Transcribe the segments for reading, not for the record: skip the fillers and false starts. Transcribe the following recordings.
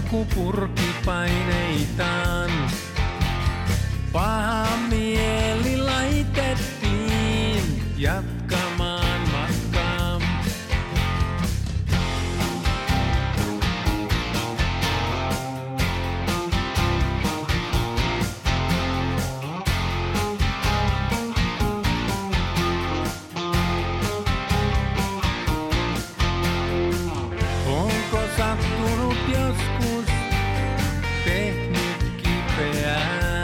joku purki paineitaan. Paha mieli laitettiin jatkamaan matkaa. Onko sattunut joskus tehnyt kipeää?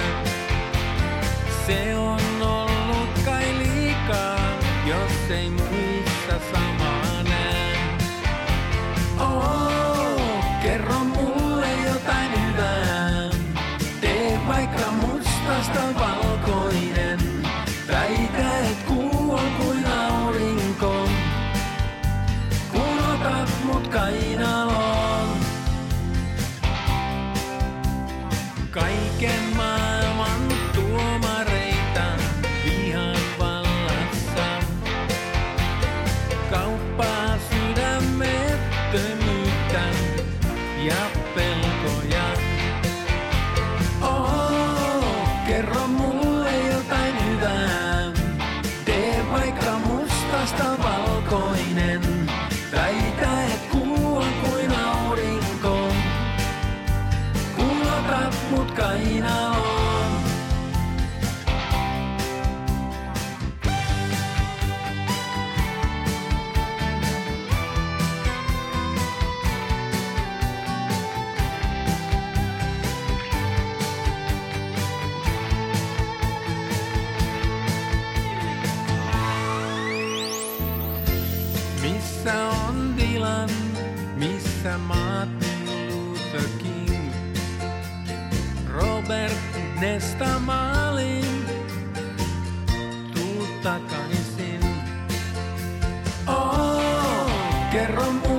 Se on ollut kai liikaa, jos ei muissa samaa näe. Kerro mulle jotain hyvää. Tee vaikka mustasta valkoinen. Väitä, et kuu on kuin aurinko. Kun otat mut kainaloon. Kaiken maailman tuomareita vihan vallassa. Kauppaa sydämettömyyttä ja pelkoja. Kerro mulle jotain hyvää. Tee vaikka mustasta valkoinen. Väitä, et kuu on kuin aurinko. Kun otat mut kainaloon. Missä on Dylan, missä Martin Luther King, Robert Nesta Marlin, tuu takaisin. Kerro mulle